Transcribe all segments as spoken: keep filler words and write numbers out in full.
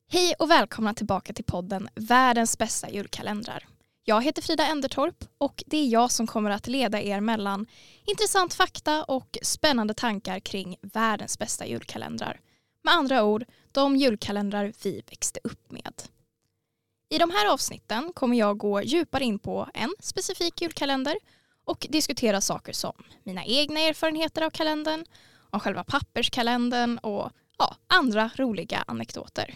Hej och välkomna tillbaka till podden Världens bästa julkalendrar. Jag heter Frida Endertorp och det är jag som kommer att leda er mellan intressant fakta och spännande tankar kring världens bästa julkalendrar. Med andra ord, de julkalendrar vi växte upp med. I de här avsnitten kommer jag gå djupare in på en specifik julkalender och diskutera saker som mina egna erfarenheter av kalendern, om själva papperskalendern och ja, andra roliga anekdoter.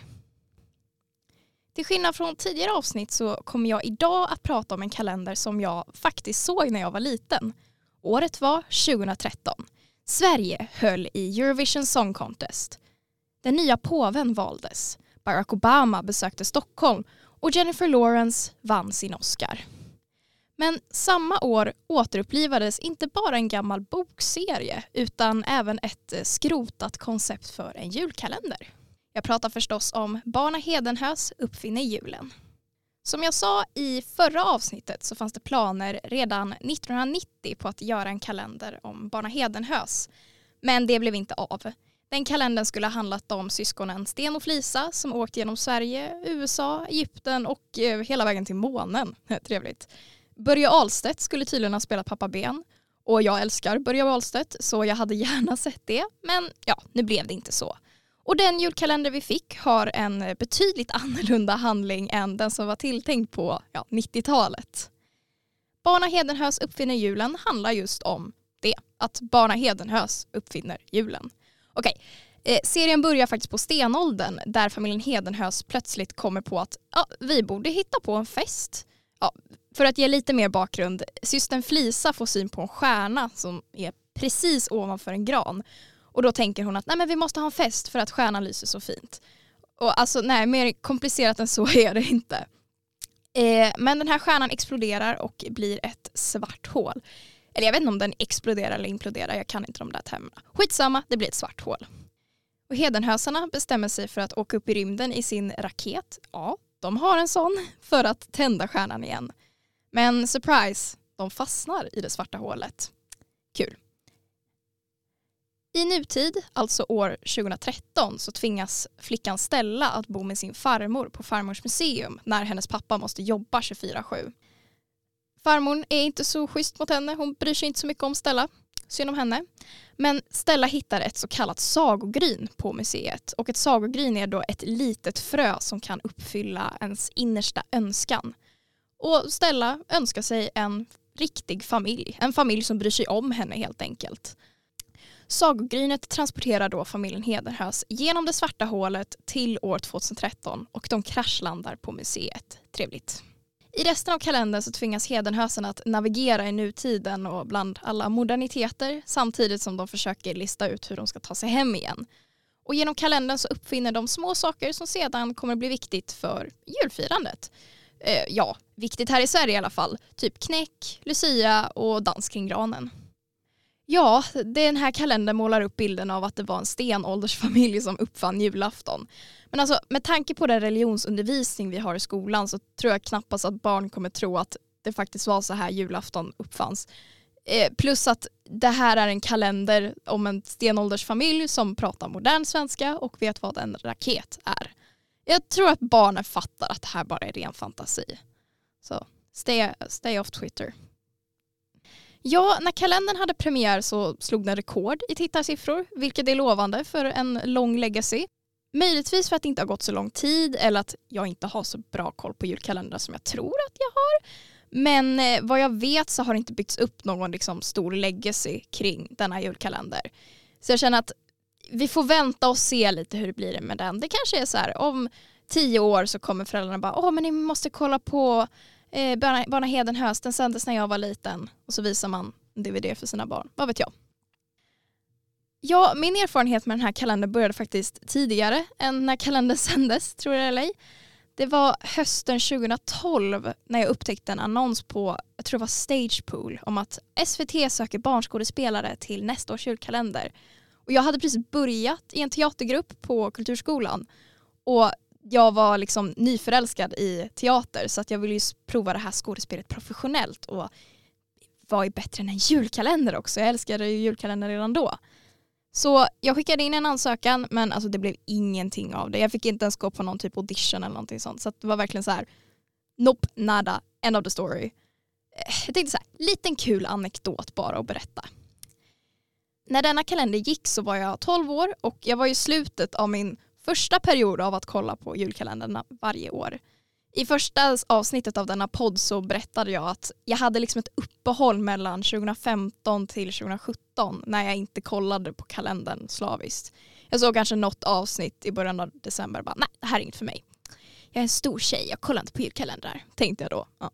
Till skillnad från tidigare avsnitt så kommer jag idag att prata om en kalender som jag faktiskt såg när jag var liten. Året var tjugohundratretton. Sverige höll i Eurovision Song Contest. Den nya påven valdes. Barack Obama besökte Stockholm och Jennifer Lawrence vann sin Oscar. Men samma år återupplivades inte bara en gammal bokserie utan även ett skrotat koncept för en julkalender. Jag pratar förstås om Barna Hedenhös uppfinner julen. Som jag sa i förra avsnittet så fanns det planer redan nittonhundranittio på att göra en kalender om Barna Hedenhös. Men det blev inte av. Den kalendern skulle ha handlat om syskonen Sten och Flisa som åkt genom Sverige, U S A, Egypten och eh, hela vägen till månen. Trevligt. Börje Ahlstedt skulle tydligen ha spelat pappa Ben. Och jag älskar Börje Ahlstedt så jag hade gärna sett det. Men ja, nu blev det inte så. Och den julkalender vi fick har en betydligt annorlunda handling än den som var tilltänkt på ja, nittiotalet. Barna Hedenhös uppfinner julen handlar just om det, att Barna Hedenhös uppfinner julen. Okej, eh, serien börjar faktiskt på stenåldern där familjen Hedenhös plötsligt kommer på att ja, vi borde hitta på en fest. Ja, för att ge lite mer bakgrund, systern Flisa får syn på en stjärna som är precis ovanför en gran. Och då tänker hon att nej, men vi måste ha en fest för att stjärnan lyser så fint. Och alltså nej, mer komplicerat än så är det inte. Eh, men den här stjärnan exploderar och blir ett svart hål. Eller jag vet inte om den exploderar eller imploderar, jag kan inte de där termerna. Skitsamma, det blir ett svart hål. Och Hedenhösarna bestämmer sig för att åka upp i rymden i sin raket. Ja, de har en sån för att tända stjärnan igen. Men surprise, de fastnar i det svarta hålet. Kul. I nutid, alltså år tjugohundratretton, så tvingas flickan Stella att bo med sin farmor på farmors museum när hennes pappa måste jobba tjugofyra sju. Farmor är inte så schysst mot henne, hon bryr sig inte så mycket om Stella, synd om henne. Men Stella hittar ett så kallat sagogryn på museet och ett sagogryn är då ett litet frö som kan uppfylla ens innersta önskan. Och Stella önskar sig en riktig familj, en familj som bryr sig om henne helt enkelt. Sagogrynet transporterar då familjen Hedenhös genom det svarta hålet till år tjugohundratretton och de kraschlandar på museet. Trevligt. I resten av kalendern så tvingas Hedenhösarna att navigera i nutiden och bland alla moderniteter samtidigt som de försöker lista ut hur de ska ta sig hem igen. Och genom kalendern så uppfinner de små saker som sedan kommer att bli viktigt för julfirandet. Eh, ja, viktigt här i Sverige i alla fall. Typ knäck, lucia och dans kring granen. Ja, den här kalendern målar upp bilden av att det var en stenåldersfamilj som uppfann julafton. Men alltså, med tanke på den religionsundervisning vi har i skolan så tror jag knappast att barn kommer tro att det faktiskt var så här julafton uppfanns. Eh, plus att det här är en kalender om en stenåldersfamilj som pratar modern svenska och vet vad en raket är. Jag tror att barnen fattar att det här bara är ren fantasi. Så stay, stay off Twitter. Ja, när kalendern hade premiär så slog den rekord i tittarsiffror, vilket är lovande för en lång legacy. Möjligtvis för att det inte har gått så lång tid eller att jag inte har så bra koll på julkalendrar som jag tror att jag har. Men eh, vad jag vet så har det inte byggts upp någon liksom, stor legacy kring denna julkalender. Så jag känner att vi får vänta och se lite hur det blir med den. Det kanske är så här, om tio år så kommer föräldrarna bara, åh men ni måste kolla på Eh, Barna, Barna Hedenhös, den sändes när jag var liten och så visar man en D V D för sina barn. Vad vet jag? Ja, min erfarenhet med den här kalendern började faktiskt tidigare än när kalendern sändes, tror jag eller ej. Det var hösten tjugohundratolv när jag upptäckte en annons på, jag tror det var Stagepool, om att S V T söker barnskådespelare till nästa års julkalender. Och jag hade precis börjat i en teatergrupp på Kulturskolan och jag var liksom nyförälskad i teater så att jag ville ju prova det här skådespelet professionellt och var ju bättre än en julkalender också. Jag älskade ju julkalender redan då. Så jag skickade in en ansökan, men alltså det blev ingenting av det. Jag fick inte ens gå på någon typ audition eller någonting sånt. Så att det var verkligen så här, nope, nada, end of the story. Jag tänkte så här, liten kul anekdot bara att berätta. När denna kalender gick så var jag tolv år och jag var i slutet av min första period av att kolla på julkalendrarna varje år. I första avsnittet av denna podd så berättade jag att jag hade liksom ett uppehåll mellan tjugohundrafemton till tjugohundrasjutton när jag inte kollade på kalendern slaviskt. Jag såg kanske något avsnitt i början av december och bara, nej, det här är inget för mig. Jag är en stor tjej, jag kollar inte på julkalendrar, tänkte jag då. Ja.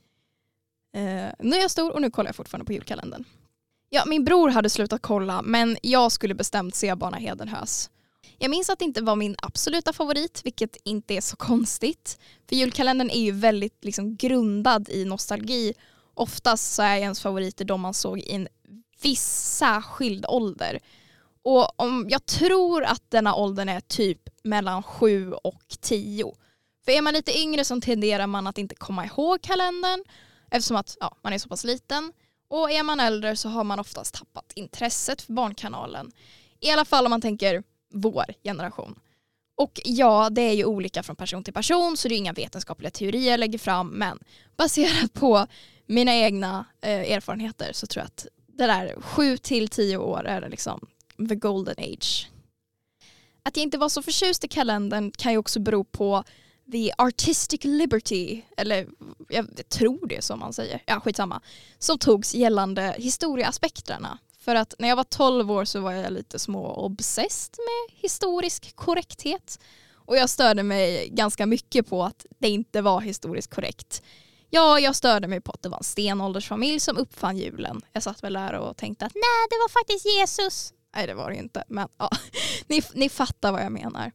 Uh, nu är jag stor och nu kollar jag fortfarande på julkalendern. Ja, min bror hade slutat kolla, men jag skulle bestämt se Barna Hedenhös. Jag minns att det inte var min absoluta favorit, vilket inte är så konstigt. För julkalendern är ju väldigt liksom grundad i nostalgi. Oftast så är ens favoriter de man såg i en viss särskild ålder. Och om jag tror att denna åldern är typ mellan sju och tio. För är man lite yngre så tenderar man att inte komma ihåg kalendern. Eftersom att ja, man är så pass liten. Och är man äldre så har man oftast tappat intresset för Barnkanalen. I alla fall om man tänker vår generation. Och ja, det är ju olika från person till person så det är inga vetenskapliga teorier jag lägger fram. Men baserat på mina egna eh, erfarenheter så tror jag att det där sju till tio år är liksom the golden age. Att jag inte var så förtjust i kalendern kan ju också bero på the artistic liberty, eller jag tror det som man säger, ja skitsamma, som togs gällande historieaspekterna. För att när jag var tolv år så var jag lite små obsessed med historisk korrekthet. Och jag störde mig ganska mycket på att det inte var historiskt korrekt. Ja, jag störde mig på att det var en stenåldersfamilj som uppfann julen. Jag satt väl där och tänkte att nej, det var faktiskt Jesus. Nej, det var det inte, men ja, ni, ni fattar vad jag menar.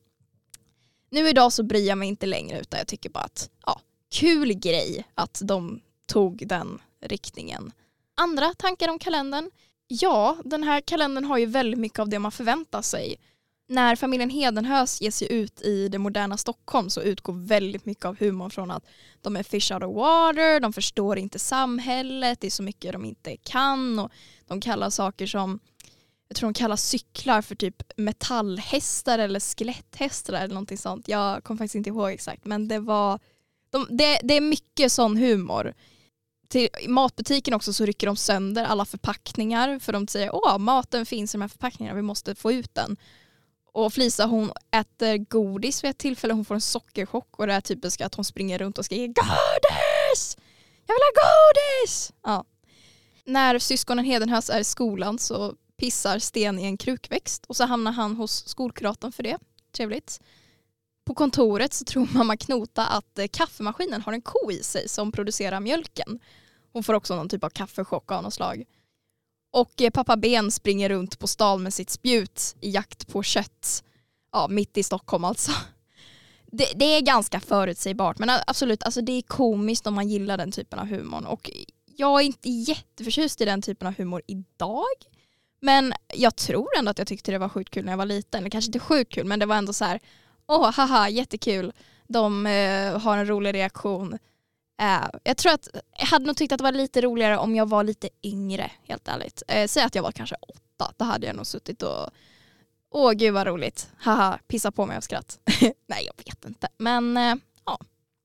Nu idag så bryr jag mig inte längre utan jag tycker bara att ja, kul grej att de tog den riktningen. Andra tankar om kalendern? Ja, den här kalendern har ju väldigt mycket av det man förväntar sig. När familjen Hedenhös ger sig ut i det moderna Stockholm så utgår väldigt mycket av humorn från att de är fish out of water, de förstår inte samhället, det är så mycket de inte kan och de kallar saker som, jag tror de kallar cyklar för typ metallhästar eller skeletthästar eller någonting sånt. Jag kommer faktiskt inte ihåg exakt, men det var de, det, det är mycket sån humor. Till matbutiken också så rycker de sönder alla förpackningar för de säger åh, maten finns i de här förpackningarna, vi måste få ut den. Och Flisa hon äter godis vid ett tillfälle, hon får en sockerchock och det är typiskt att hon springer runt och skriker godis! Jag vill ha godis! Ja. När syskonen Hedenhös är i skolan så pissar Sten i en krukväxt och så hamnar han hos skolkuratorn för det. Trevligt. På kontoret så tror mamma Knota att kaffemaskinen har en ko i sig som producerar mjölken. Hon får också någon typ av kaffechock av något slag. Och pappa Ben springer runt på stan med sitt spjut i jakt på kött. Ja, mitt i Stockholm alltså. Det, det är ganska förutsägbart, men absolut, alltså det är komiskt om man gillar den typen av humor. Och jag är inte jätteförtjust i den typen av humor idag. Men jag tror ändå att jag tyckte det var sjukt kul när jag var liten. Eller kanske inte sjukt kul, men det var ändå så här, åh, haha, jättekul. De eh, har en rolig reaktion. Uh, jag tror att jag hade nog tyckt att det var lite roligare om jag var lite yngre, helt ärligt. Uh, säg att jag var kanske åtta, då hade jag nog suttit och åh gud vad roligt, haha, pissa på mig av skratt. Nej, jag vet inte, men uh, ja.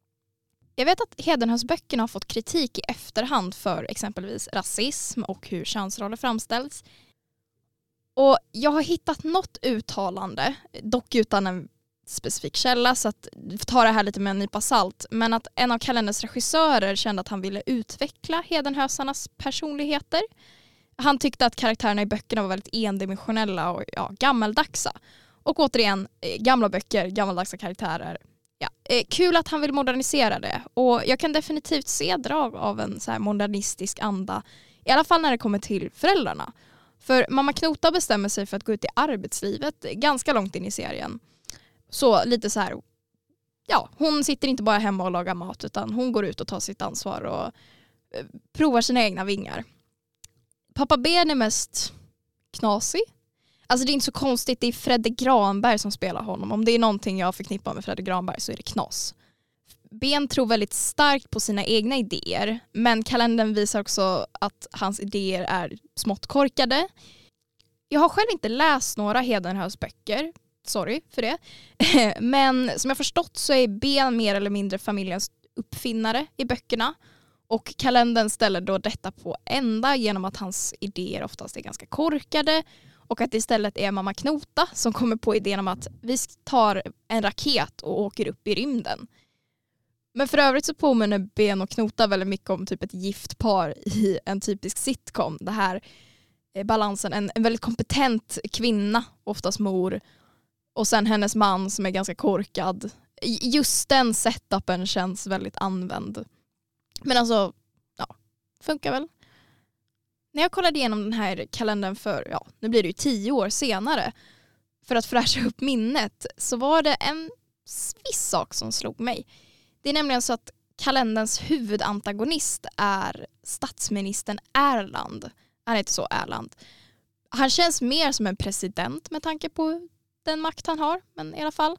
Jag vet att Hedenhös-böckerna har fått kritik i efterhand för exempelvis rasism och hur könsroller framställs. Och jag har hittat något uttalande, dock utan en specifik källa så att ta det här lite med en nypa salt, men att en av kalenderns regissörer kände att han ville utveckla Hedenhösarnas personligheter. Han tyckte att karaktärerna i böckerna var väldigt endimensionella och ja, gammaldagsa. Och återigen, gamla böcker, gammaldagsa karaktärer. Ja, eh, kul att han vill modernisera det. Och jag kan definitivt se drag av en så här modernistisk anda. I alla fall när det kommer till föräldrarna. För mamma Knota bestämmer sig för att gå ut i arbetslivet ganska långt in i serien. Så lite så här, ja, hon sitter inte bara hemma och lagar mat utan hon går ut och tar sitt ansvar och eh, provar sina egna vingar. Pappa Ben är mest knasig. Alltså det är inte så konstigt, det är Fredrik Granberg som spelar honom. Om det är någonting jag förknippar med Fredrik Granberg så är det knas. Ben tror väldigt starkt på sina egna idéer, men kalendern visar också att hans idéer är smått korkade. Jag har själv inte läst några Hedenhös böcker. Sorry för det. Men som jag förstått så är Ben mer eller mindre familjens uppfinnare i böckerna. Och kalendern ställer då detta på ända genom att hans idéer oftast är ganska korkade. Och att det istället är mamma Knota som kommer på idén om att vi tar en raket och åker upp i rymden. Men för övrigt så påminner Ben och Knota väldigt mycket om typ ett gift par i en typisk sitcom. Det här är balansen, en, en väldigt kompetent kvinna, oftast mor. Och sen hennes man som är ganska korkad. Just den setupen känns väldigt använd. Men alltså, ja, funkar väl. När jag kollade igenom den här kalendern för, ja, nu blir det ju tio år senare, för att fräscha upp minnet, så var det en viss sak som slog mig. Det är nämligen så att kalenderns huvudantagonist är statsministern Erland. Han heter så, Erland. Han känns mer som en president med tanke på den makt han har, men i alla fall.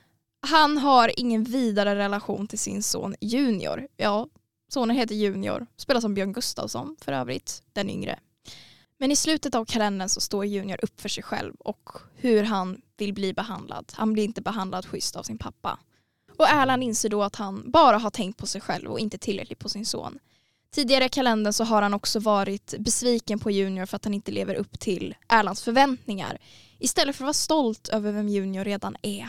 Han har ingen vidare relation till sin son Junior. Ja, sonen heter Junior, spelar som Björn Gustafsson för övrigt, den yngre. Men i slutet av kalendern så står Junior upp för sig själv och hur han vill bli behandlad. Han blir inte behandlad schysst av sin pappa. Och Erland inser då att han bara har tänkt på sig själv och inte tillräckligt på sin son. Tidigare i kalendern så har han också varit besviken på Junior för att han inte lever upp till Erlands förväntningar. Istället för att vara stolt över vem Junior redan är.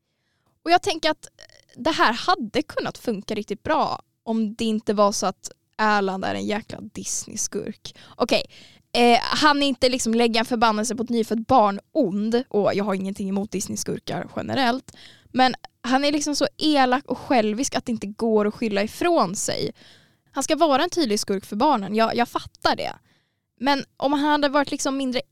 Och jag tänker att det här hade kunnat funka riktigt bra om det inte var så att Erland är en jäkla Disney-skurk. Okej, eh, han är inte liksom lägga en förbannelse på ett nyfött barn ond. Och jag har ingenting emot Disney-skurkar generellt. Men han är liksom så elak och självisk att det inte går att skylla ifrån sig. Han ska vara en tydlig skurk för barnen, jag, jag fattar det. Men om han hade varit liksom mindre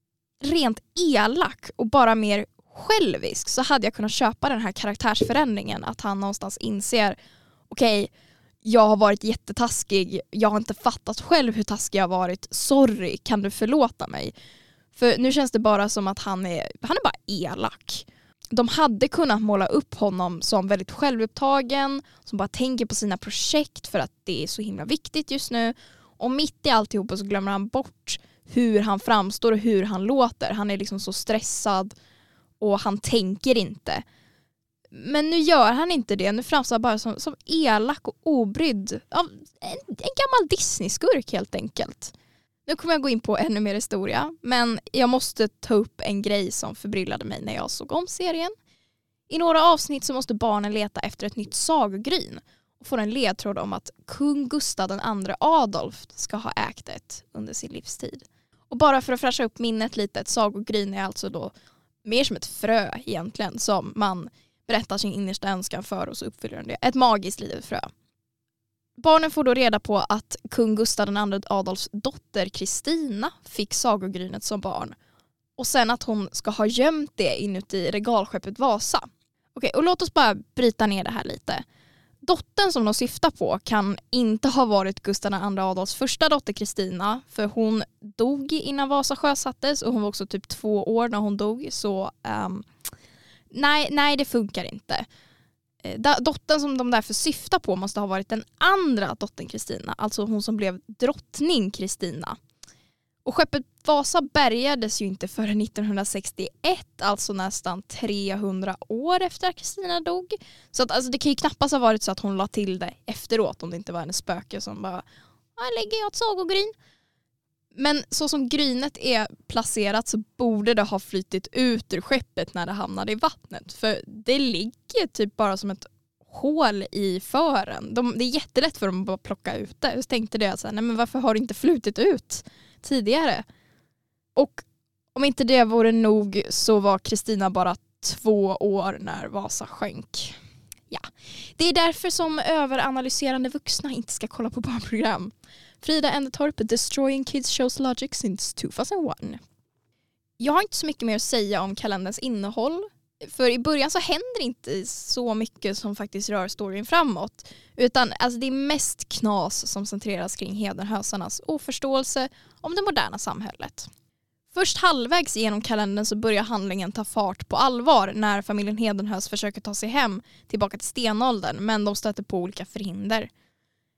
rent elak och bara mer självisk så hade jag kunnat köpa den här karaktärsförändringen. Att han någonstans inser, okej, okay, jag har varit jättetaskig, jag har inte fattat själv hur taskig jag har varit, sorry, kan du förlåta mig? För nu känns det bara som att han är, han är bara elak. De hade kunnat måla upp honom som väldigt självupptagen, som bara tänker på sina projekt för att det är så himla viktigt just nu. Och mitt i alltihopa så glömmer han bort hur han framstår och hur han låter. Han är liksom så stressad och han tänker inte. Men nu gör han inte det. Nu framstår han bara som, som elak och obrydd. Av en, en gammal Disney-skurk helt enkelt. Nu kommer jag gå in på ännu mer historia, men jag måste ta upp en grej som förbryllade mig när jag såg om serien. I några avsnitt så måste barnen leta efter ett nytt sagogryn och får en ledtråd om att kung Gustav den andre Adolf ska ha ägt det under sin livstid. Och bara för att fräscha upp minnet lite, ett sagogryn är alltså då mer som ett frö egentligen som man berättar sin innersta önskan för och så uppfyller den det. Ett magiskt litet frö. Barnen får då reda på att kung Gustav den andre Adolfs dotter Kristina fick sagogrynet som barn. Och sen att hon ska ha gömt det inuti regalskeppet Vasa. Okej, och låt oss bara bryta ner det här lite. Dottern som de syftar på kan inte ha varit Gustav den andre Adolfs första dotter Kristina. För hon dog innan Vasa sjösattes och hon var också typ två år när hon dog. Så um, nej, nej, det funkar inte. Dottern som de därför syftar på måste ha varit den andra dottern Kristina. Alltså hon som blev drottning Kristina. Och skeppet Vasa bärgades ju inte förrän nittonhundrasextioett. Alltså nästan trehundra år efter att Kristina dog. Så att, alltså, det kan ju knappast ha varit så att hon la till det efteråt. Om det inte var en spöke som bara, här lägger jag ett sagogryn. Men så som grynet är placerat så borde det ha flyttit ut ur skeppet när det hamnade i vattnet. För det ligger typ bara som ett hål i fören. De, det är jättelätt för dem att bara plocka ut det. Jag tänkte det, så här, nej men varför har det inte flutit ut tidigare? Och om inte det vore nog så var Kristina bara två år när Vasa sjönk. Ja, det är därför som överanalyserande vuxna inte ska kolla på barnprogram. Frida Endetorp, Destroying Kids Shows Logic since two thousand one. Jag har inte så mycket mer att säga om kalenderns innehåll. För i början så händer inte så mycket som faktiskt rör storyn framåt. Utan alltså, det är mest knas som centreras kring Hedenhösarnas oförståelse om det moderna samhället. Först halvvägs genom kalendern så börjar handlingen ta fart på allvar när familjen Hedenhös försöker ta sig hem tillbaka till stenåldern, men de stöter på olika förhinder.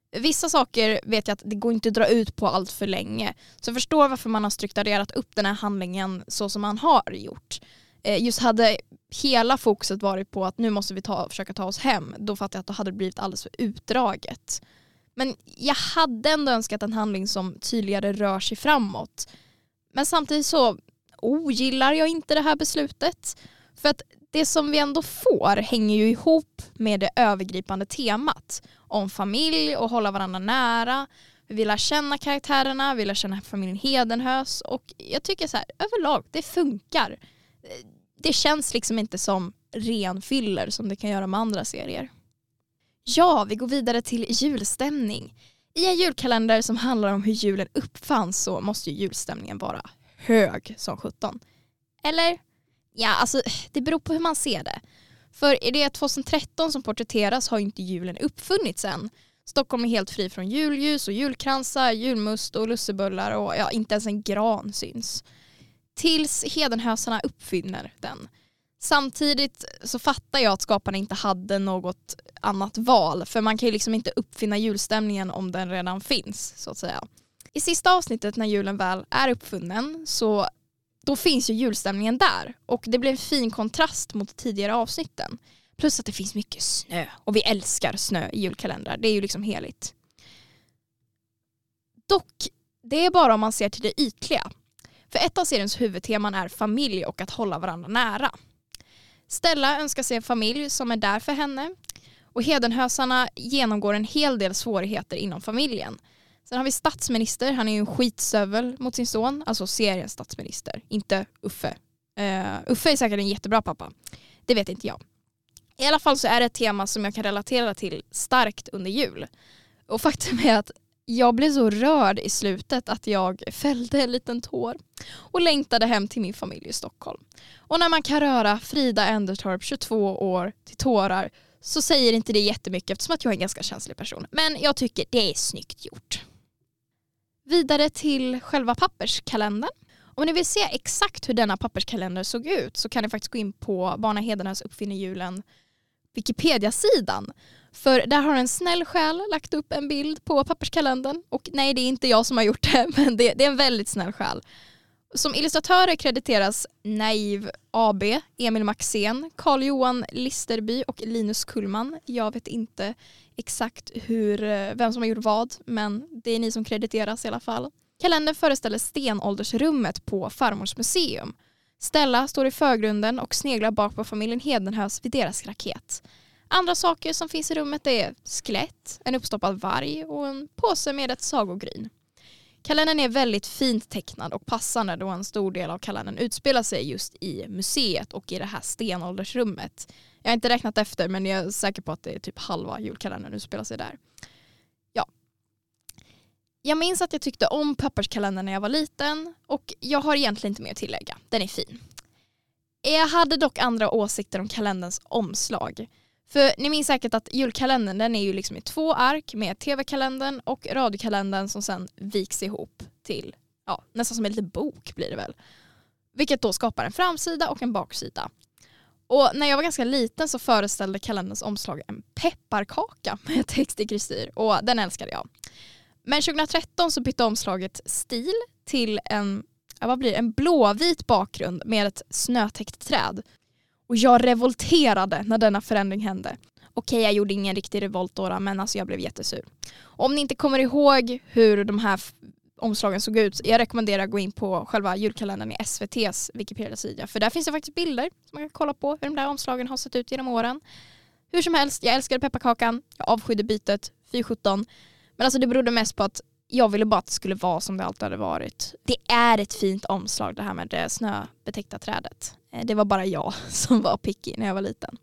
Vissa saker vet jag att det går inte att dra ut på allt för länge. Så jag förstår varför man har strukturerat upp den här handlingen så som man har gjort. Just hade hela fokuset varit på att nu måste vi ta, försöka ta oss hem, då fattar jag att det hade blivit alldeles för utdraget. Men jag hade ändå önskat en handling som tydligare rör sig framåt. Men samtidigt så ogillar jag inte det här beslutet. För att det som vi ändå får hänger ju ihop med det övergripande temat. Om familj och hålla varandra nära. Vi vill lära känna karaktärerna, vi vill lära känna familjen Hedenhös. Och jag tycker så här, överlag, det funkar. Det känns liksom inte som ren filler som det kan göra med andra serier. Ja, vi går vidare till julstämning. I en julkalender som handlar om hur julen uppfanns så måste ju julstämningen vara hög som sjutton. Eller? Ja, alltså det beror på hur man ser det. För är det tjugohundratretton som porträtteras har ju inte julen uppfunnits än. Stockholm är helt fri från julljus och julkransar, julmust och lussebullar och ja, inte ens en gran syns. Tills Hedenhösarna uppfinner den. Samtidigt så fattar jag att skaparna inte hade något annat val. För man kan ju liksom inte uppfinna julstämningen om den redan finns, så att säga. I sista avsnittet när julen väl är uppfunnen så då finns ju julstämningen där. Och det blir en fin kontrast mot tidigare avsnitten. Plus att det finns mycket snö. Och vi älskar snö i julkalendrar. Det är ju liksom heligt. Dock, det är bara om man ser till det ytliga. För ett av seriens huvudteman är familj och att hålla varandra nära. Stella önskar sig en familj som är där för henne. Och Hedenhösarna genomgår en hel del svårigheter inom familjen. Sen har vi statsminister, han är ju en skitsövel mot sin son. Alltså seriens statsminister, inte Uffe. Uh, Uffe är säkert en jättebra pappa. Det vet inte jag. I alla fall så är det ett tema som jag kan relatera till starkt under jul. Och faktum är att jag blev så rörd i slutet att jag fällde en liten tår och längtade hem till min familj i Stockholm. Och när man kan röra Frida Endertorp, tjugotvå år, till tårar så säger inte det jättemycket eftersom att jag är en ganska känslig person. Men jag tycker det är snyggt gjort. Vidare till själva papperskalendern. Om ni vill se exakt hur denna papperskalender såg ut så kan ni faktiskt gå in på Barna Hedenhös uppfinner julen Wikipedia-sidan. För där har en snäll själ lagt upp en bild på papperskalendern. Och nej, det är inte jag som har gjort det, men det, det är en väldigt snäll själ. Som illustratörer krediteras Naiv A B, Emil Maxén, Carl-Johan Listerby och Linus Kullman. Jag vet inte exakt hur, vem som har gjort vad, men det är ni som krediteras i alla fall. Kalendern föreställer stenåldersrummet på Farmors museum. Stella står i förgrunden och sneglar bak på familjen Hedenhös vid deras raket. Andra saker som finns i rummet är skelett, en uppstoppad varg och en påse med ett sagogryn. Kalendern är väldigt fint tecknad och passande då en stor del av kalendern utspelar sig just i museet och i det här stenåldersrummet. Jag har inte räknat efter, men jag är säker på att det är typ halva julkalendern utspelar sig där. Ja. Jag minns att jag tyckte om papperskalendern när jag var liten och jag har egentligen inte mer att tillägga. Den är fin. Jag hade dock andra åsikter om kalenderns omslag. För ni minns säkert att julkalendern den är ju liksom i två ark med tv-kalendern och radiokalendern som sen viks ihop till ja, nästan som en liten bok blir det väl. Vilket då skapar en framsida och en baksida. Och när jag var ganska liten så föreställde kalenderns omslag en pepparkaka med text i kristyr och den älskade jag. Men tjugohundratretton så bytte omslaget stil till en, ja, vad blir det? En blåvit bakgrund med ett snötäckt träd. Och jag revolterade när denna förändring hände. Okej, jag gjorde ingen riktig revolt då, men alltså jag blev jättesur. Och om ni inte kommer ihåg hur de här omslagen såg ut, jag rekommenderar att gå in på själva julkalendern i S V T:s Wikipedia-sida. För där finns det faktiskt bilder som man kan kolla på hur de där omslagen har sett ut genom åren. Hur som helst, jag älskade pepparkakan. Jag avskydde bytet, fy sjutton. Men alltså det berodde mest på att jag ville bara att det skulle vara som det alltid hade varit. Det är ett fint omslag det här med det snöbetäckta trädet. Det var bara jag som var picky när jag var liten.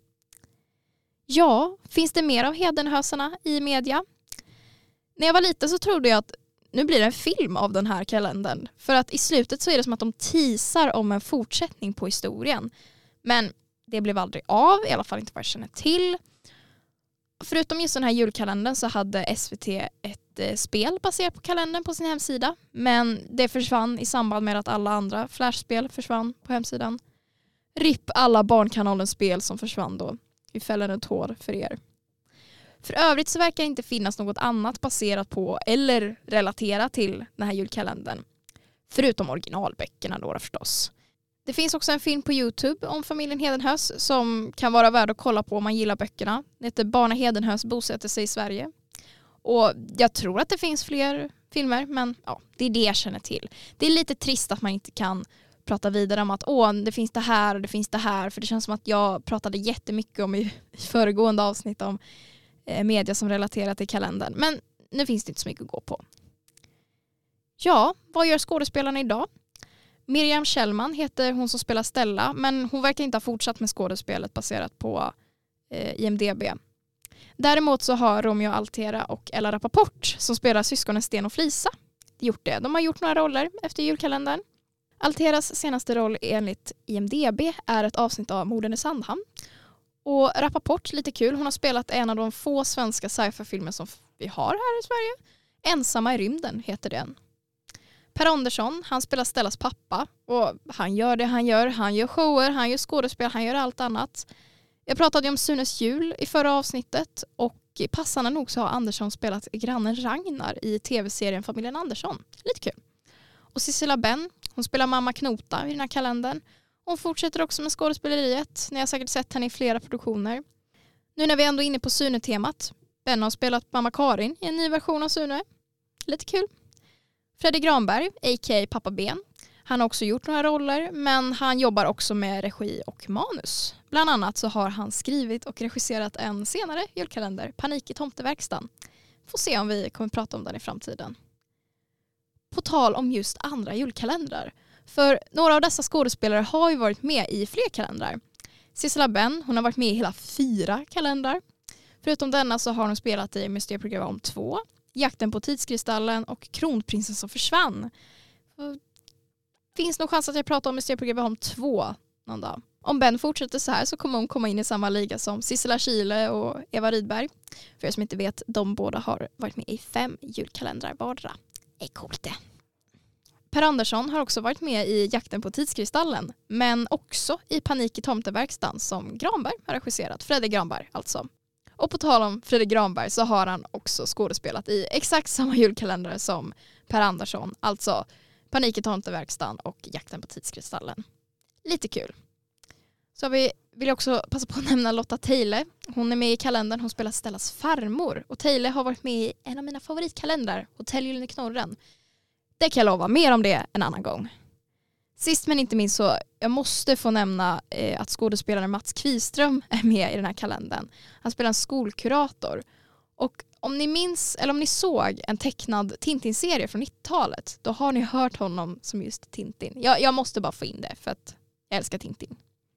Ja, finns det mer av Hedenhösarna i media? När jag var liten så trodde jag att nu blir det en film av den här kalendern. För att i slutet så är det som att de teasar om en fortsättning på historien. Men det blev aldrig av, i alla fall inte vad jag känner till. Förutom just den här julkalendern så hade S V T ett eh, spel baserat på kalendern på sin hemsida. Men det försvann i samband med att alla andra flashspel försvann på hemsidan. R I P alla barnkanalens spel som försvann då. Vi fäller en tår för er. För övrigt så verkar det inte finnas något annat baserat på eller relaterat till den här julkalendern. Förutom originalböckerna då förstås. Det finns också en film på YouTube om familjen Hedenhös som kan vara värd att kolla på om man gillar böckerna. Det heter Barna Hedenhös bosätter sig i Sverige. Och jag tror att det finns fler filmer, men ja, det är det jag känner till. Det är lite trist att man inte kan prata vidare om att åh, det finns det här och det finns det här. För det känns som att jag pratade jättemycket om i, i föregående avsnitt om eh, media som relaterar till kalendern. Men nu finns det inte så mycket att gå på. Ja, vad gör skådespelarna idag? Miriam Kjellman heter hon som spelar Stella, men hon verkar inte ha fortsatt med skådespelet baserat på eh, I M D B. Däremot så har Romeo Altera och Ella Rappaport som spelar syskonen Sten och Flisa gjort det. De har gjort några roller efter julkalendern. Alteras senaste roll enligt I M D B är ett avsnitt av Morden i Sandhamn. Och Rappaport, lite kul, hon har spelat en av de få svenska sci-fi-filmer som vi har här i Sverige. Ensamma i rymden heter den. Per Andersson, han spelar Stellas pappa och han gör det han gör. Han gör shower, han gör skådespel, han gör allt annat. Jag pratade om Sunes jul i förra avsnittet och passande nog så har Andersson spelat grannen Ragnar i tv-serien Familjen Andersson. Lite kul. Och Sissela Benn, hon spelar mamma Knota i den här kalendern. Hon fortsätter också med skådespeleriet. Ni har säkert sett henne i flera produktioner. Nu när vi ändå är inne på Sune-temat. Benn har spelat mamma Karin i en ny version av Sune. Lite kul. Fredrik Granberg, a k a. Pappa Ben. Han har också gjort några roller, men han jobbar också med regi och manus. Bland annat så har han skrivit och regisserat en senare julkalender, Panik i tomteverkstan. Får se om vi kommer prata om den i framtiden. På tal om just andra julkalendrar. För några av dessa skådespelare har ju varit med i fler kalendrar. Sissela Benn, hon har varit med i hela fyra kalendrar. Förutom denna så har hon spelat i Mysteriet på Greveholm två, Jakten på tidskristallen och Kronprinsen som försvann. Finns nog chans att jag pratar om Mysteriet på Greveholm två någon dag. Om Ben fortsätter så här så kommer hon komma in i samma liga som Sissela Kyle och Eva Rydberg. För er som inte vet, de båda har varit med i fem julkalendrar vardera. Det är coolt det. Per Andersson har också varit med i Jakten på tidskristallen, men också i Panik i tomteverkstan som Granberg har regisserat. Fredrik Granberg alltså. Och på tal om Fredrik Granberg så har han också skådespelat i exakt samma julkalendrar som Per Andersson. Alltså Panik i tomteverkstan och Jakten på tidskristallen. Lite kul. Så vi vill jag också passa på att nämna Lotta Teile. Hon är med i kalendern, hon spelar Stellas farmor. Och Teile har varit med i en av mina favoritkalendrar, Hotell Gyllene Knorren. Det kan jag lova, mer om det en annan gång. Sist men inte minst så jag måste få nämna eh, att skådespelaren Mats Kviström är med i den här kalendern. Han spelar en skolkurator. Och om ni minns, eller om ni såg en tecknad Tintin-serie från nittiotalet, då har ni hört honom som just Tintin. Jag, jag måste bara få in det för att jag älskar Tintin.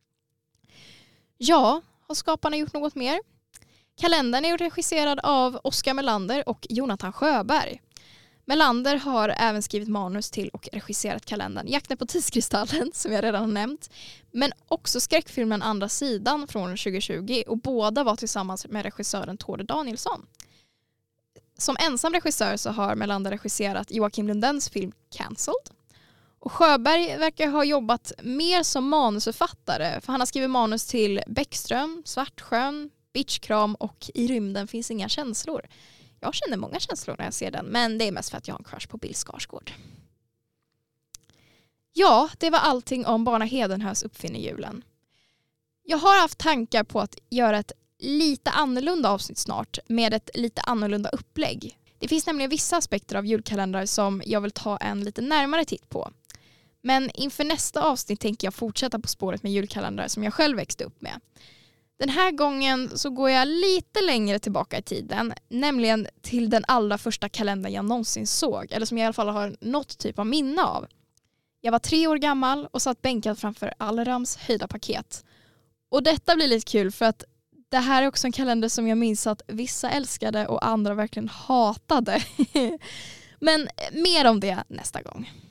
Ja, har skaparna gjort något mer? Kalendern är regisserad av Oskar Melander och Jonathan Sjöberg. Melander har även skrivit manus till och regisserat kalendern Jakten på tidskristallen som jag redan har nämnt. Men också skräckfilmen Andra sidan från tjugo tjugo och båda var tillsammans med regissören Torde Danielsson. Som ensam regissör så har Melander regisserat Joakim Lundens film Cancelled. Och Sjöberg verkar ha jobbat mer som manusförfattare för han har skrivit manus till Bäckström, Svartsjön, Bitchkram och I rymden finns inga känslor. Jag känner många känslor när jag ser den, men det är mest för att jag har en crush på Bill Skarsgård. Ja, det var allting om Barna Hedenhös uppfinner julen. Jag har haft tankar på att göra ett lite annorlunda avsnitt snart med ett lite annorlunda upplägg. Det finns nämligen vissa aspekter av julkalendrar som jag vill ta en lite närmare titt på. Men inför nästa avsnitt tänker jag fortsätta på spåret med julkalendrar som jag själv växte upp med. Den här gången så går jag lite längre tillbaka i tiden, nämligen till den allra första kalendern jag någonsin såg, eller som jag i alla fall har något typ av minne av. Jag var tre år gammal och satt bänkad framför Allerams höjda paket. Och detta blir lite kul för att det här är också en kalender som jag minns att vissa älskade och andra verkligen hatade. Men mer om det nästa gång.